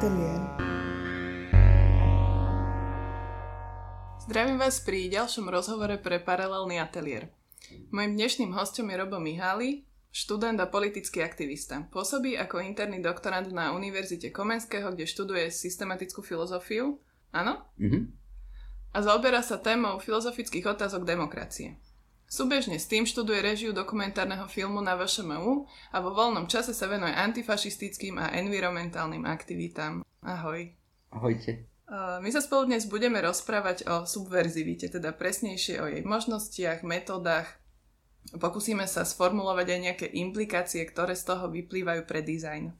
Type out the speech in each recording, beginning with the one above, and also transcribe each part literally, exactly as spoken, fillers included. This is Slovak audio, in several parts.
ateliér. Zdravím vás pri ďalšom rozhovore pre Paralelný ateliér. Mojím dnešným hosťom je Robo Mihály, študent a politický aktivista. Pôsobí ako interný doktorand na Univerzite Komenského, kde študuje systematickú filozofiu. Áno? Mhm. A zaoberá sa témou filozofických otázok demokracie. Súbežne s tým študuje réžiu dokumentárneho filmu na vé š em ú a vo voľnom čase sa venuje antifašistickým a environmentálnym aktivitám. Ahoj. Ahojte. My sa spolu dnes budeme rozprávať o subverzivite, teda presnejšie o jej možnostiach, metódach. Pokúsime sa sformulovať aj nejaké implikácie, ktoré z toho vyplývajú pre dizajn.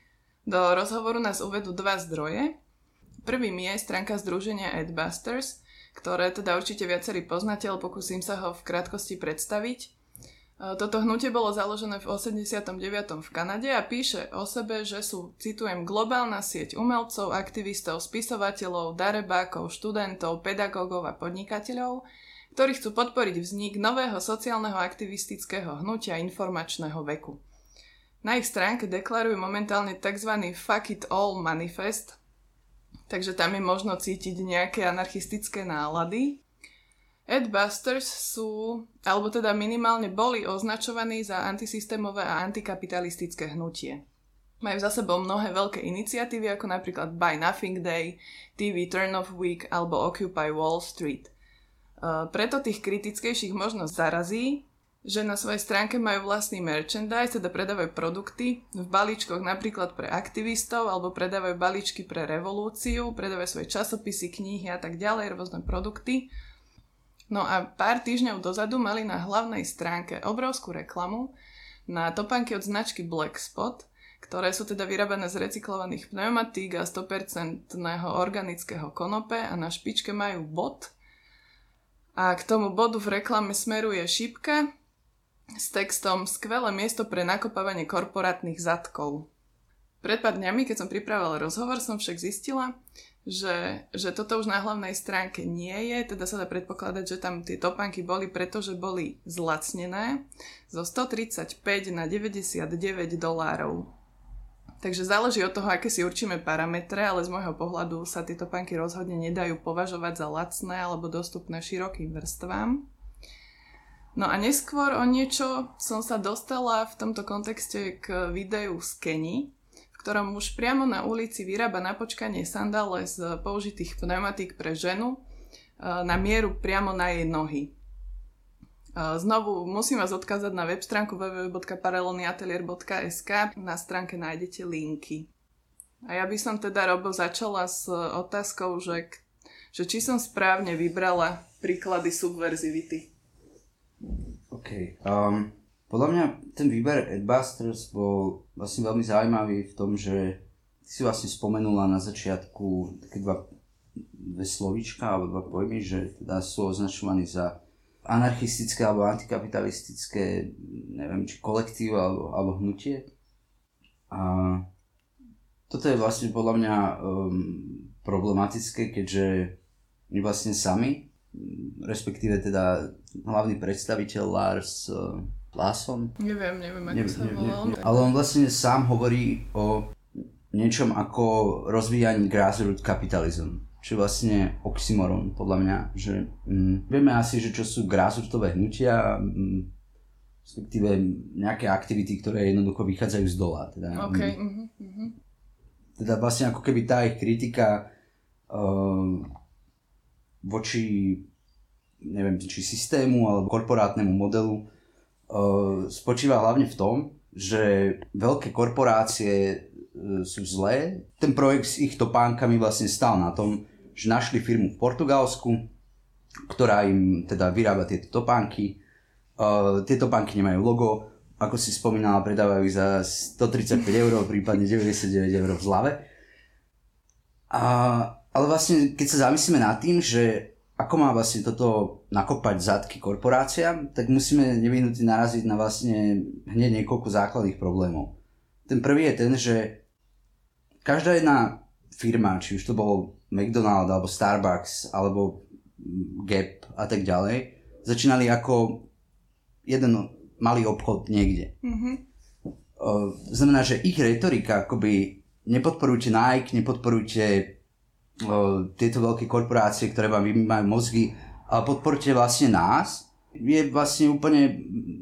Do rozhovoru nás uvedú dva zdroje. Prvým je stránka združenia Adbusters, ktoré teda určite viacerí poznáte, ale pokúsim sa ho v krátkosti predstaviť. Toto hnutie bolo založené v osemdesiatom deviatom v Kanade a píše o sebe, že sú, citujem, globálna sieť umelcov, aktivistov, spisovateľov, darebákov, študentov, pedagógov a podnikateľov, ktorí chcú podporiť vznik nového sociálneho aktivistického hnutia informačného veku. Na ich stránke deklarujú momentálne tzv. Fuck it all manifest, takže tam je možno cítiť nejaké anarchistické nálady. Adbusters sú, alebo teda minimálne boli označovaní za antisystémové a antikapitalistické hnutie. Majú za sebou mnohé veľké iniciatívy, ako napríklad Buy Nothing Day, té vé Turn-off Week alebo Occupy Wall Street. Uh, preto tých kritickejších možno zarazí, že na svojej stránke majú vlastný merchandise, teda predávajú produkty v balíčkoch napríklad pre aktivistov, alebo predávajú balíčky pre revolúciu, predávajú svoje časopisy, knihy a tak ďalej, rôzne produkty. No a pár týždňov dozadu mali na hlavnej stránke obrovskú reklamu na topánky od značky Black Spot, ktoré sú teda vyrábané z recyklovaných pneumatík a sto percent organického konope a na špičke majú bod. A k tomu bodu v reklame smeruje šípka s textom skvelé miesto pre nakopávanie korporátnych zadkov. Pred pár dňami, keď som pripravovala rozhovor, som však zistila, že, že toto už na hlavnej stránke nie je, teda sa dá predpokladať, že tam tie topánky boli, pretože boli zlacnené zo stotridsaťpäť na deväťdesiatdeväť dolárov. Takže záleží od toho, aké si určíme parametre, ale z môjho pohľadu sa tie topánky rozhodne nedajú považovať za lacné alebo dostupné širokým vrstvám. No a neskôr o niečo som sa dostala v tomto kontexte k videu z Keni, v ktorom už priamo na ulici vyrába na počkanie sandále z použitých pneumatík pre ženu na mieru priamo na jej nohy. Znovu musím vás odkázať na web stránku w w w bodka paralelný ateliér bodka es ka. Na stránke nájdete linky. A ja by som teda, Robo, začala s otázkou, že, že či som správne vybrala príklady subverzivity. OK. Um, podľa mňa ten výber Adbusters bol vlastne veľmi zaujímavý v tom, že ty si vlastne spomenula na začiatku také dva, dve slovíčka alebo dva pojmy, že teda sú označovaní za anarchistické alebo antikapitalistické, neviem, či kolektív alebo, alebo hnutie. A toto je vlastne podľa mňa um, problematické, keďže my vlastne sami, respektíve teda hlavný predstaviteľ Lars uh, Larsson. Neviem, neviem, ako neviem, sa volal. Ne, ne, ale on vlastne sám hovorí o niečom ako rozvíjaní grassroots capitalism. Čiže vlastne oxymoron, podľa mňa, že mm, vieme asi, že čo sú grassrootové hnutia, mm, respektíve nejaké aktivity, ktoré jednoducho vychádzajú z dola. Teda, okay. mm, mm-hmm. teda vlastne ako keby tá ich kritika uh, voči, neviem, či systému alebo korporátnemu modelu uh, spočíva hlavne v tom, že veľké korporácie uh, sú zlé. Ten projekt s ich topánkami vlastne stál na tom, že našli firmu v Portugalsku, ktorá im teda vyrába tieto topánky. Uh, tie topánky nemajú logo, ako si spomínala, predávajú za stotridsaťpäť eur, prípadne deväťdesiatdeväť eur v zlave. A, ale vlastne, keď sa zamyslíme nad tým, že ako má vlastne toto nakopať zadky korporáciám, tak musíme nevyhnutne naraziť na vlastne hneď niekoľko základných problémov. Ten prvý je ten, že každá jedna firma, či už to bolo McDonald's, alebo Starbucks, alebo Gap a tak ďalej, začínali ako jeden malý obchod niekde. Mm-hmm. Uh, znamená, že ich retorika akoby nepodporujte Nike, nepodporujte uh, tieto veľké korporácie, ktoré vám vymývajú mozgy, ale podporte vlastne nás, je vlastne úplne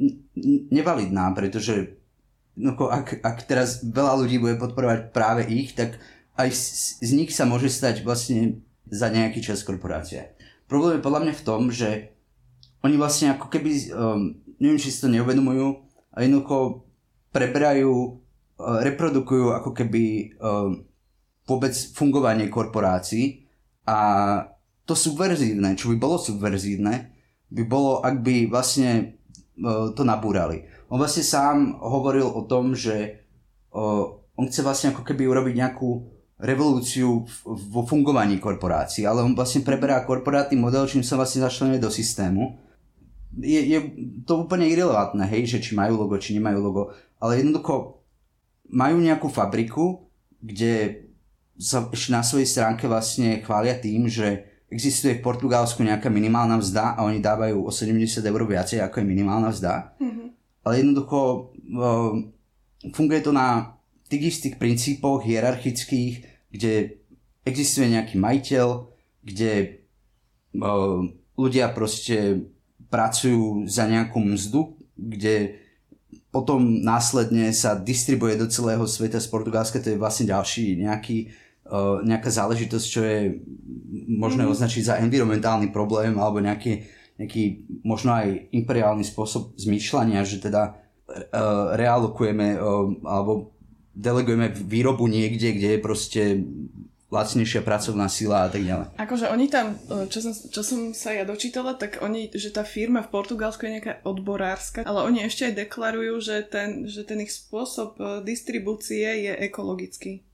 nevalidná, pretože no, ak, ak teraz veľa ľudí bude podporovať práve ich, tak aj z, z nich sa môže stať vlastne za nejaký čas korporácia. Problém je podľa mňa v tom, že oni vlastne ako keby, um, neviem, či si to neuvedomujú, a jednoducho preberajú, uh, reprodukujú ako keby um, vôbec fungovanie korporácií a to subverzívne, čo by bolo subverzívne, by bolo, ak by vlastne uh, to nabúrali. On vlastne sám hovoril o tom, že uh, on chce vlastne ako keby urobiť nejakú revolúciu vo fungovaní korporácií, ale on vlastne preberá korporátny model, čím sa vlastne začlenuje do systému. Je, je to úplne irelevantné, hej, že či majú logo, či nemajú logo, ale jednoducho majú nejakú fabriku, kde sa ešte na svojej stránke vlastne chvália tým, že existuje v Portugalsku nejaká minimálna mzda a oni dávajú o sedemdesiat eur viacej, ako je minimálna mzda. Mm-hmm. Ale jednoducho uh, funguje to na tých istých princípoch hierarchických, kde existuje nejaký majiteľ, kde uh, ľudia proste pracujú za nejakú mzdu, kde potom následne sa distribuje do celého sveta z Portugalska. To je vlastne ďalší nejaký, uh, nejaká záležitosť, čo je možné mm-hmm. označiť za environmentálny problém alebo nejaký, nejaký možno aj imperiálny spôsob zmýšľania, že teda uh, realokujeme uh, alebo delegujeme výrobu niekde, kde je proste lacnejšia pracovná sila a tak ďalej. Akože oni tam, čo som, čo som sa ja dočítala, tak oni, že tá firma v Portugalsku je nejaká odborárska, ale oni ešte aj deklarujú, že ten, že ten ich spôsob distribúcie je ekologický.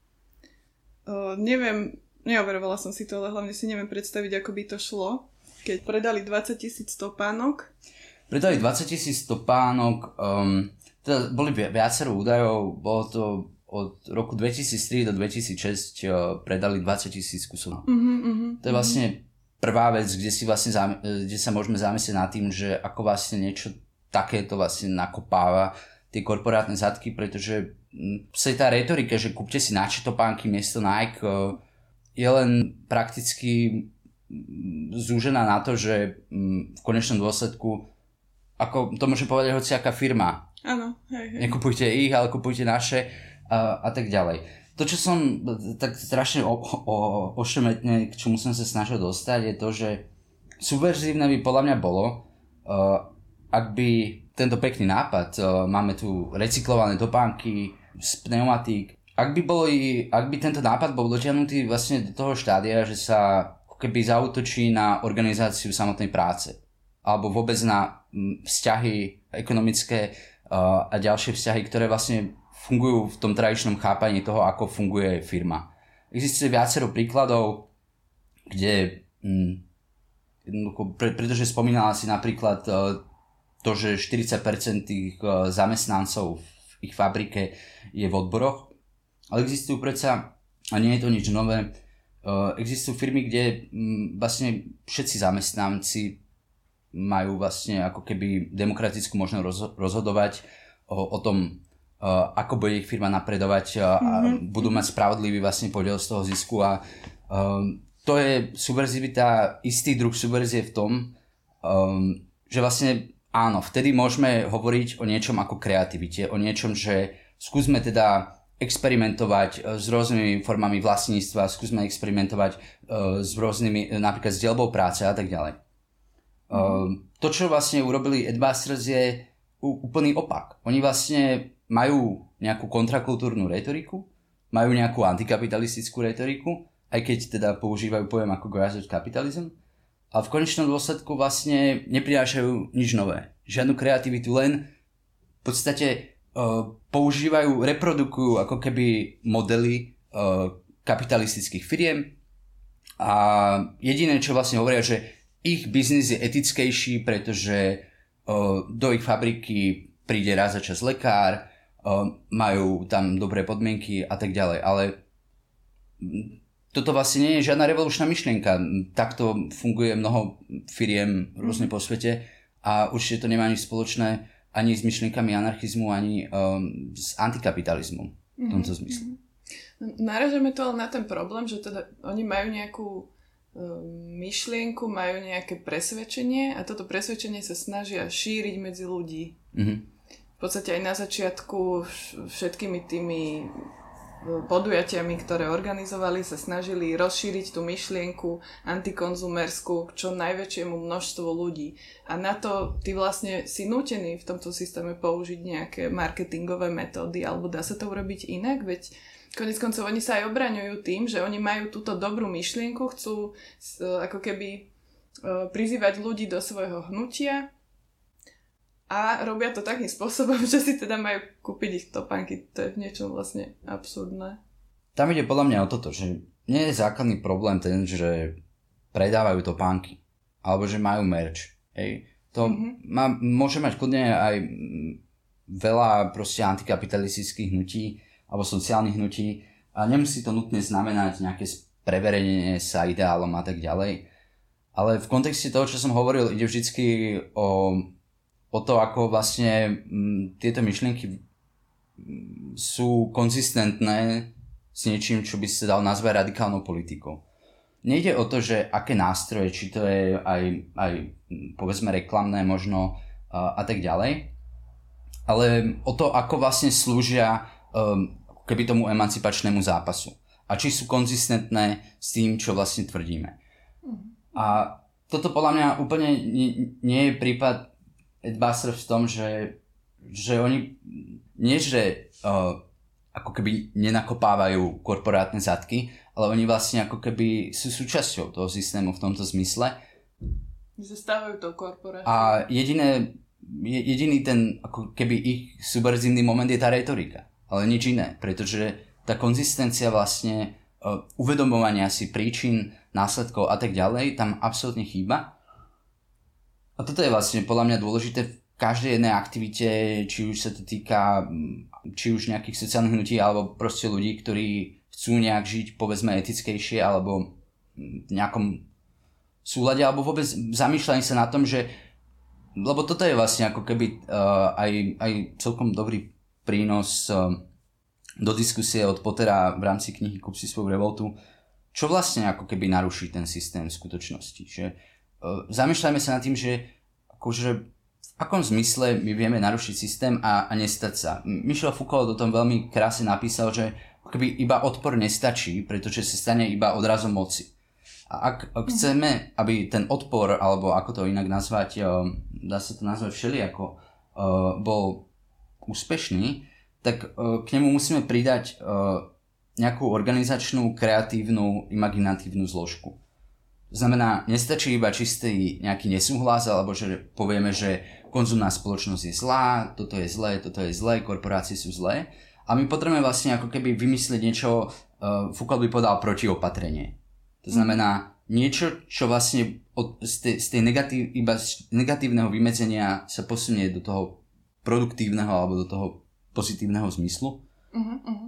Uh, neviem, neoverovala som si to, ale hlavne si neviem predstaviť, ako by to šlo, keď predali dvadsať tisíc topánok. Predali dvadsať tisíc topánok, um, teda boli viacero údajov, bolo to od roku dvetisíctri do dvetisícšesť uh, predali dvadsať tisíc kusov. Uh-huh, uh-huh, to je vlastne prvá vec, kde, si vlastne zám- kde sa môžeme zamyslieť nad tým, že ako vlastne niečo takéto vlastne nakopáva tie korporátne zadky, pretože sa tá retorika, že kúpte si naše topánky miesto Nike, uh, je len prakticky zúžená na to, že um, v konečnom dôsledku, ako to môže povedať hociaká firma. Áno, hej, hej. Nekupujte ich, ale kupujte naše. A, a tak ďalej. To, čo som tak strašne o, o, ošemetne, k čomu som sa snažil dostať, je to, že subverzívne by podľa mňa bolo, uh, ak by tento pekný nápad, uh, máme tu recyklované topánky z pneumatík, ak by, boli, ak by tento nápad bol dotiahnutý vlastne do toho štádia, že sa keby zaútočí na organizáciu samotnej práce, alebo vôbec na m, vzťahy ekonomické uh, a ďalšie vzťahy, ktoré vlastne fungujú v tom tradičnom chápaní toho, ako funguje firma. Existuje viacero príkladov, kde, hm, pre, pretože spomínala si napríklad uh, to, že štyridsať percent tých uh, zamestnancov v ich fabrike je v odboroch, ale existujú predsa, a nie je to nič nové, uh, existujú firmy, kde hm, vlastne všetci zamestnanci majú vlastne ako keby demokratickú možnosť rozho- rozhodovať o, o tom, Uh, ako bude ich firma napredovať uh, a mm-hmm. budú mať spravodlivý vlastne podiel z toho zisku a um, to je subverzivita, istý druh subverzie v tom, um, že vlastne áno, vtedy môžeme hovoriť o niečom ako kreativite, o niečom, že skúsme teda experimentovať uh, s rôznymi formami vlastníctva, skúsme experimentovať uh, s rôznymi, napríklad s dielbou práce a tak ďalej. Mm-hmm. Uh, to, čo vlastne urobili Adbusters je u, úplný opak. Oni vlastne majú nejakú kontrakultúrnu retoriku, majú nejakú antikapitalistickú retoriku, aj keď teda používajú pojem ako grassroots capitalism, a v konečnom dôsledku vlastne neprinášajú nič nové. Žiadnu kreativitu, len v podstate uh, používajú, reprodukujú ako keby modely uh, kapitalistických firiem a jediné, čo vlastne hovoria, že ich biznis je etickejší, pretože uh, do ich fabriky príde raz za čas lekár, Uh, majú tam dobré podmienky a tak ďalej, ale toto vlastne nie je žiadna revolučná myšlienka. Takto funguje mnoho firiem rôzne po svete a určite to nemá nič spoločné ani s myšlienkami anarchizmu, ani um, s antikapitalizmom v tomto zmysle. Naražame to ale na ten problém, že teda oni majú nejakú myšlienku, majú nejaké presvedčenie a toto presvedčenie sa snažia šíriť medzi ľudí. Mm-hmm. V podstate aj na začiatku všetkými tými podujatiami, ktoré organizovali, sa snažili rozšíriť tú myšlienku antikonzumerskú k čo najväčšiemu množstvu ľudí. A na to ty vlastne si nútený v tomto systéme použiť nejaké marketingové metódy, alebo dá sa to urobiť inak, veď konec koncov oni sa aj obraňujú tým, že oni majú túto dobrú myšlienku, chcú ako keby prizývať ľudí do svojho hnutia a robia to takým spôsobom, že si teda majú kúpiť ich topánky. To je v niečom vlastne absurdné. Tam ide podľa mňa o toto, že nie je základný problém ten, že predávajú topánky alebo že majú merch. Hej. To mm-hmm. má, môže mať kľudne aj veľa proste antikapitalistických hnutí alebo sociálnych hnutí a nemusí to nutne znamenať nejaké preverenie sa ideálom a tak ďalej. Ale v kontexte toho, čo som hovoril, ide vždycky o, o to, ako vlastne m, tieto myšlienky m, sú konzistentné s niečím, čo by sa dal nazvať radikálnou politikou. Nejde o to, že aké nástroje, či to je aj, aj povedzme reklamné možno a, a tak ďalej, ale o to, ako vlastne slúžia um, keby tomu emancipačnému zápasu. A či sú konzistentné s tým, čo vlastne tvrdíme. Mm. A toto podľa mňa úplne nie, nie je prípad Adbusters v tom, že, že oni nie, že uh, ako keby nenakopávajú korporátne zadky, ale oni vlastne ako keby sú súčasťou toho systému v tomto zmysle. Zastávajú to korporáciu. A jediné, jediný ten ako keby ich subverzívny moment je tá retorika. Ale nič iné, pretože tá konzistencia vlastne uh, uvedomovania si príčin, následkov a tak ďalej tam absolútne chýba. A toto je vlastne podľa mňa dôležité v každej jednej aktivite, či už sa to týka či už nejakých sociálnych hnutí, alebo proste ľudí, ktorí chcú nejak žiť povedzme etickejšie, alebo v nejakom súlade, alebo vôbec zamýšľaní sa na tom, že lebo toto je vlastne ako keby uh, aj, aj celkom dobrý prínos do diskusie od Pottera v rámci knihy Kúp si svoju revoltu, čo vlastne ako keby naruší ten systém v skutočnosti. Že, uh, zamýšľajme sa nad tým, že akože v akom zmysle my vieme narušiť systém a, a nestať sa. Michel Foucault o tom veľmi krásne napísal, že ako keby iba odpor nestačí, pretože sa stane iba odrazom moci. A ak, ak chceme, aby ten odpor, alebo ako to inak nazvať, uh, dá sa to nazvať všelijako, uh, bol úspešný, tak uh, k nemu musíme pridať uh, nejakú organizačnú, kreatívnu, imaginatívnu zložku. To znamená, nestačí iba čistý nejaký nesúhlas, alebo že povieme, že konzumná spoločnosť je zlá, toto je zlé, toto je zlé, korporácie sú zlé. A my potrebujeme vlastne ako keby vymyslieť niečo, uh, Foucault by povedal protiopatrenie. To znamená niečo, čo vlastne od, z tej, z tej negatív, iba z negatívneho vymedzenia sa posunie do toho produktívneho alebo do toho pozitívneho zmyslu. Uh-huh, uh-huh.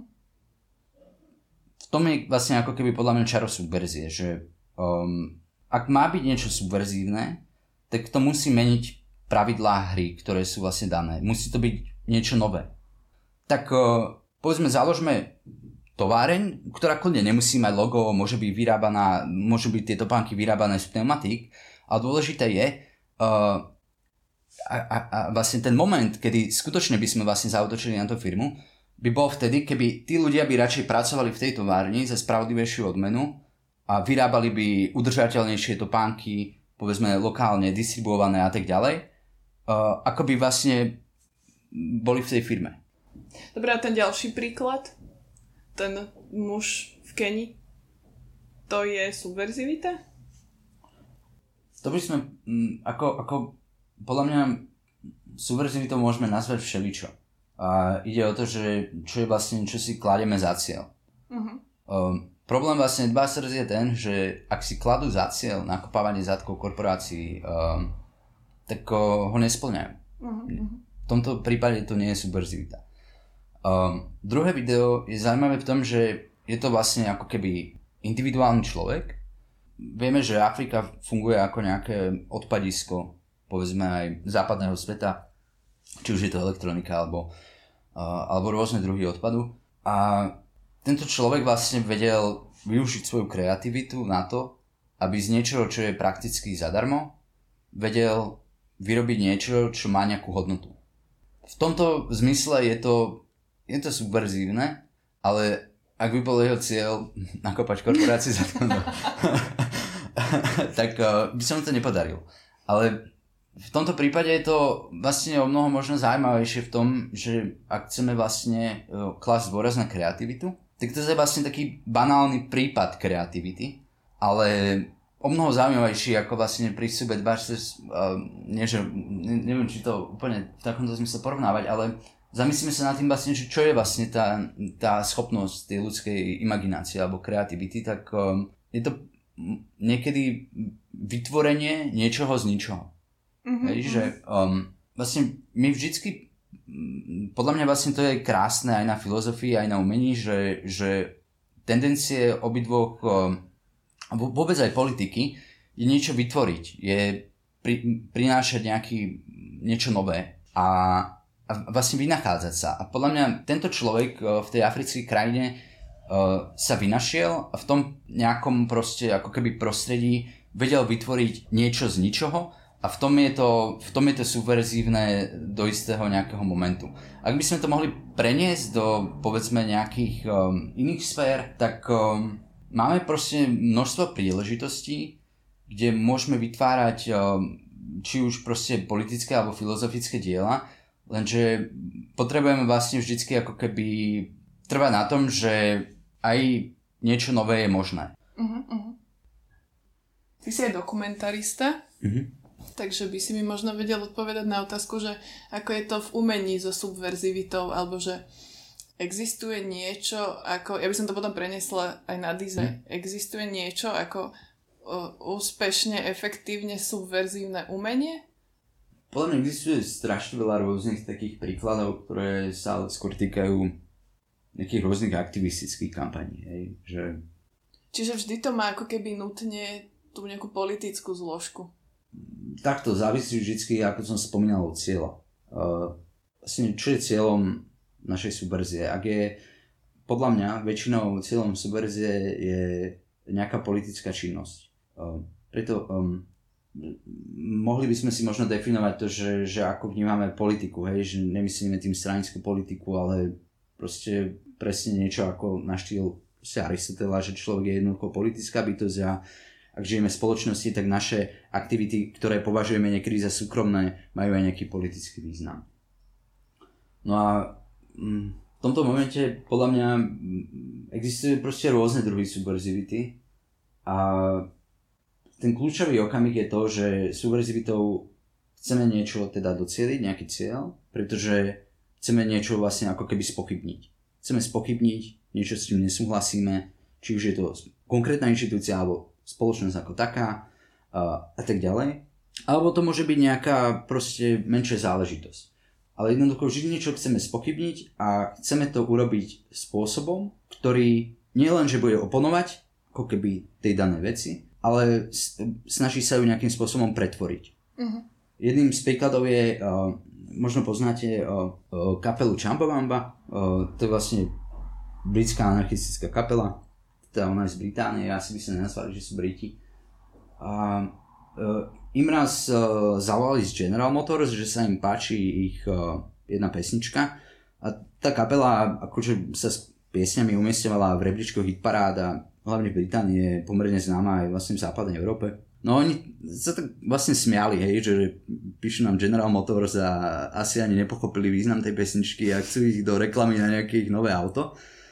V tom je vlastne ako keby podľa mňa čaro subverzie, že um, ak má byť niečo subverzívne, tak to musí meniť pravidlá hry, ktoré sú vlastne dané. Musí to byť niečo nové. Tak uh, povedzme, založme továreň, ktorá kľudne nemusí mať logo, môže byť vyrábaná, môžu byť tieto topánky vyrábané z pneumatík, ale dôležité je uh, A, a, a vlastne ten moment, kedy skutočne by sme vlastne zaútočili na tú firmu, by bol vtedy, keby tí ľudia by radšej pracovali v tej továrni za spravodlivejšiu odmenu a vyrábali by udržateľnejšie topánky, povedzme lokálne distribuované a tak ďalej, uh, ako by vlastne boli v tej firme. Dobre, a ten ďalší príklad, ten muž v Keni, to je subverzivita? To by sme, m, ako, ako podľa mňa subverzivitou môžeme nazvať všeličo. A ide o to, že čo je vlastne, čo si kladieme za cieľ. Uh-huh. Um, problém vlastne Adbusters je ten, že ak si kladú za cieľ nakopávanie zadkov korporácií, um, tak uh, ho nesplňajú. Uh-huh. V tomto prípade to nie je subverzivita. Um, druhé video je zaujímavé v tom, že je to vlastne ako keby individuálny človek. Vieme, že Afrika funguje ako nejaké odpadisko, povedzme aj západného sveta, či už je to elektronika alebo, uh, alebo rôzne druhy odpadu. A tento človek vlastne vedel využiť svoju kreativitu na to, aby z niečoho, čo je prakticky zadarmo, vedel vyrobiť niečo, čo má nejakú hodnotu. V tomto zmysle je to, je to subverzívne, ale ak by bol jeho cieľ nakopať korporácie za to, tak uh, by som to nepodaril. Ale v tomto prípade je to vlastne o mnoho možno zaujímavejšie v tom, že ak chceme vlastne uh, klásť dôraz na kreativitu, tak to je vlastne taký banálny prípad kreativity, ale o mnoho zaujímavejší ako vlastne pri sebe dbáš, uh, nie, že, ne, neviem, či to úplne v takomto zmysle porovnávať, ale zamyslíme sa nad tým vlastne, že čo je vlastne tá, tá schopnosť tej ľudskej imaginácie alebo kreativity, tak um, je to niekedy vytvorenie niečoho z ničoho. Mm-hmm. Hej, že um, vlastne my vždycky, podľa mňa vlastne to je krásne aj na filozofii, aj na umení, že, že tendencie obidvoch, um, vôbec aj politiky, je niečo vytvoriť, je pri, prinášať nejaký, niečo nové a a vlastne vynachádzať sa. A podľa mňa tento človek v tej africkej krajine uh, sa vynašiel a v tom nejakom proste ako keby prostredí vedel vytvoriť niečo z ničoho a v tom je to, v tom je to subverzívne do istého nejakého momentu. Ak by sme to mohli preniesť do povedzme nejakých um, iných sfér, tak um, máme proste množstvo príležitostí, kde môžeme vytvárať um, či už proste politické alebo filozofické diela, lenže potrebujeme vlastne vždycky ako keby trvať na tom, že aj niečo nové je možné. Uh-huh, uh-huh. Ty si aj dokumentarista, uh-huh. takže by si mi možno vedel odpovedať na otázku, že ako je to v umení so subverzivitou, alebo že existuje niečo ako, ja by som to potom preniesla aj na dizajn, uh-huh. existuje niečo ako uh, úspešne, efektívne subverzívne umenie? Podľa mňa existuje strašne veľa rôznych takých príkladov, ktoré sa skôr týkajú nejakých rôznych aktivistických kampaní. Hej? Že... Čiže vždy to má ako keby nutne tú nejakú politickú zložku. Takto závisí vždy, ako som spomínal, od cieľa. Uh, vlastne, čo je cieľom našej subverzie? Ak je, podľa mňa, väčšinou cieľom subverzie je nejaká politická činnosť. Uh, preto... Um, mohli by sme si možno definovať to, že, že ako vnímame politiku, hej, že nemyslíme tým stranickú politiku, ale proste presne niečo ako na štýl Aristotela, že človek je jednoducho politická bytosť a ak žijeme v spoločnosti, tak naše aktivity, ktoré považujeme niekedy za súkromné, majú aj nejaký politický význam. No a v tomto momente podľa mňa existujú proste rôzne druhy subverzivity a ten kľúčový okamih je to, že subverzivitou chceme niečo teda docieliť, nejaký cieľ, pretože chceme niečo vlastne ako keby spochybniť. Chceme spochybniť niečo, s čím nesúhlasíme, či už je to konkrétna inštitúcia alebo spoločnosť ako taká a, a tak ďalej. Alebo to môže byť nejaká proste menšia záležitosť. Ale jednoducho vždy niečo chceme spochybniť a chceme to urobiť spôsobom, ktorý nie len, že bude oponovať ako keby tej danej veci, ale snaží sa ju nejakým spôsobom pretvoriť. Uh-huh. Jedným z príkladov je, uh, možno poznáte uh, uh, kapelu Chumbawamba, uh, to je vlastne britská anarchistická kapela, teda ona je z Británie, asi by sa nenazvali, že sú Briti. Uh, uh, im raz uh, zavolali z General Motors, že sa im páči ich uh, jedna pesnička a tá kapela akože sa s piesňami umiestňovala v rebríčkoch hitparád a hlavne v Británii je pomerne známa aj vlastne v západnej Európe. No oni sa tak vlastne smiali, hej, že píšu nám General Motors a asi ani nepochopili význam tej pesničky a chcú ich do reklamy na nejaké ich nové auto.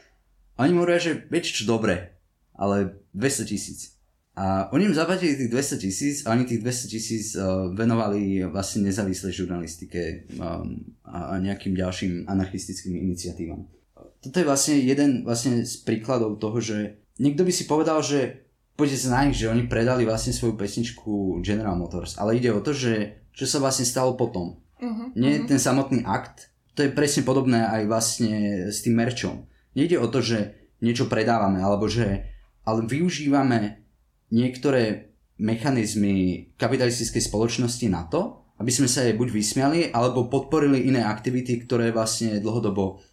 A oni mu hovoria, že vieš čo, dobre, ale dvesto tisíc. A oni im zaplatili tých dvesto tisíc a oni tých dvesto tisíc uh, venovali vlastne nezávislej žurnalistike um, a nejakým ďalším anarchistickým iniciatívam. Toto je vlastne jeden vlastne z príkladov toho, že niekto by si povedal, že poďte sa na nich, že oni predali vlastne svoju pesničku General Motors, ale ide o to, že čo sa vlastne stalo potom. Uh-huh, Nie uh-huh. ten samotný akt, to je presne podobné aj vlastne s tým merčom. Nejde o to, že niečo predávame, alebo že ale využívame niektoré mechanizmy kapitalistickej spoločnosti na to, aby sme sa jej buď vysmiali, alebo podporili iné aktivity, ktoré vlastne dlhodobo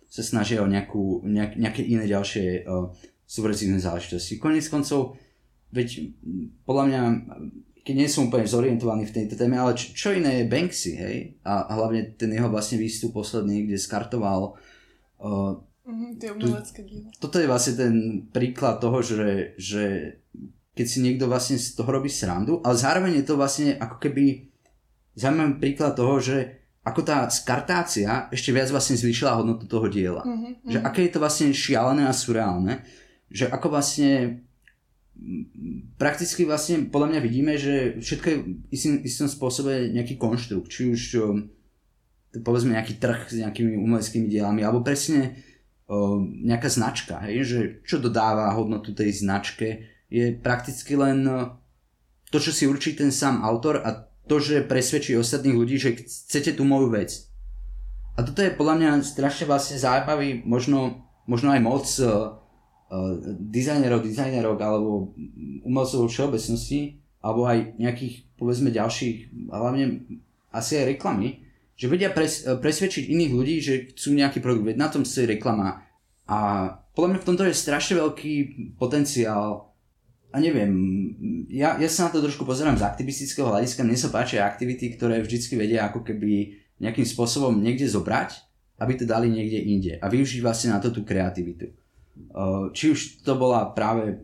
sa snažia o nejakú, nejak, nejaké iné ďalšie uh, subverzívne záležitosti. Koniec koncov, veď podľa mňa, keď nie som úplne zorientovaný v tejto téme, ale čo, čo iné je Banksy, hej? A hlavne ten jeho vlastne výstup posledný, kde skartoval uh, mm-hmm, tie umelecké diela. Toto je vlastne ten príklad toho, že, že keď si niekto vlastne z toho robí srandu, ale zároveň je to vlastne ako keby zaujímavý príklad toho, že ako tá skartácia ešte viac vlastne zvýšila hodnotu toho diela. Mm-hmm. Že aké je to vlastne šialené a surreálne, že ako vlastne prakticky vlastne podľa mňa vidíme, že všetko je istým, istom spôsobe nejaký konštrukt, či už povedzme nejaký trh s nejakými umeleckými dielami, alebo presne o, nejaká značka, hej, že čo dodáva hodnotu tej značke je prakticky len to, čo si určí ten sám autor a to, že presvedčí ostatných ľudí, že chcete tú moju vec. A toto je podľa mňa strašne vlastne zaujímavý, možno, možno aj moc uh, uh, dizajnerov, dizajnerov alebo umelcov vo všeobecnosti, alebo aj nejakých, povedzme, ďalších, hlavne asi aj reklamy, že vedia pres, presvedčiť iných ľudí, že chcú nejaký produkt, veď na tom stojí reklama. A podľa mňa v tomto je strašne veľký potenciál. A neviem, ja, ja sa na to trošku pozerám z aktivistického hľadiska, mne sa páčia aktivity, ktoré vždycky vedia ako keby nejakým spôsobom niekde zobrať, aby to dali niekde inde a využiť vlastne na to tú kreativitu. Či už to bola práve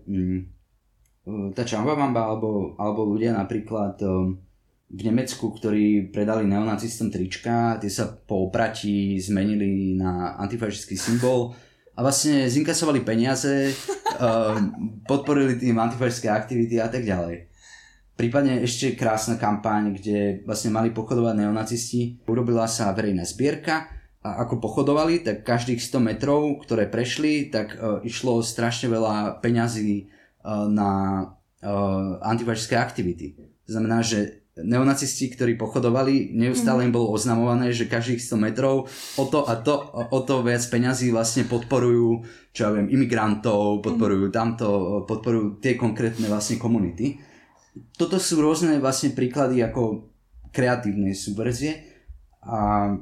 tá Čambabamba, alebo, alebo ľudia napríklad v Nemecku, ktorí predali neonacistom trička, tie sa po opratí zmenili na antifašistický symbol a vlastne zinkasovali peniaze, podporili tým antifašistické aktivity a tak ďalej. Prípadne ešte krásna kampaň, kde vlastne mali pochodovať neonacisti. Urobila sa verejná zbierka a ako pochodovali, tak každých sto metrov, ktoré prešli, tak uh, išlo strašne veľa peňazí uh, na uh, antifašistické aktivity. To znamená, že neonacisti, ktorí pochodovali, neustále im bolo oznamované, že každých sto metrov o to a to, o to viac peňazí vlastne podporujú, čo ja viem, imigrantov, podporujú tamto, podporujú tie konkrétne vlastne komunity. Toto sú rôzne vlastne príklady ako kreatívnej subverzie a,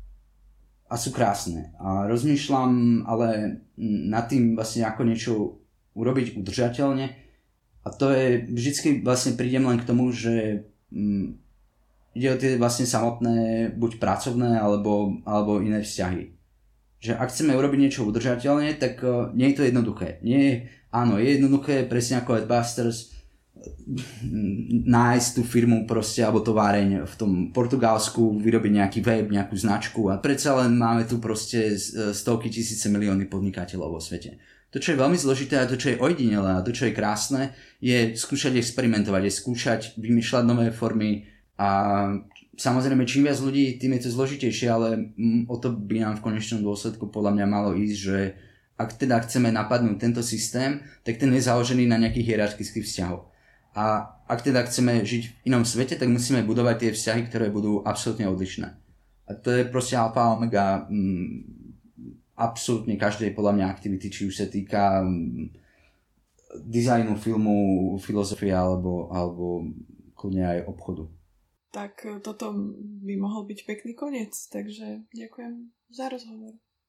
a sú krásne. A rozmýšľam ale nad tým vlastne ako niečo urobiť udržateľne a to je, vždycky vlastne prídem len k tomu, že Mm, ide o tie vlastne samotné buď pracovné alebo, alebo iné vzťahy. Že ak chceme urobiť niečo udržateľne, tak uh, nie je to jednoduché. Nie je, áno, je jednoduché presne ako Adbusters nájsť tú firmu proste alebo továreň v tom Portugalsku, vyrobiť nejaký web, nejakú značku a predsa len máme tu proste stovky tisíce milióny podnikateľov vo svete. To, čo je veľmi zložité a to, čo je ojedinelé a to, čo je krásne, je skúšať experimentovať, je skúšať vymýšľať nové formy a samozrejme čím viac ľudí, tým je to zložitejšie, ale o to by nám v konečnom dôsledku podľa mňa malo ísť, že ak teda chceme napadnúť tento systém, tak ten je založený na nejakých hierarchických vzťahoch. A ak teda chceme žiť v inom svete, tak musíme budovať tie vzťahy, ktoré budú absolútne odlišné. A to je proste alfa omega mm, absolútne každej podľa mňa aktivity, či už sa týka um, dizajnu, filmu, filozofie alebo, alebo kľudne aj obchodu. Tak toto by mohol byť pekný koniec, takže ďakujem za rozhovor.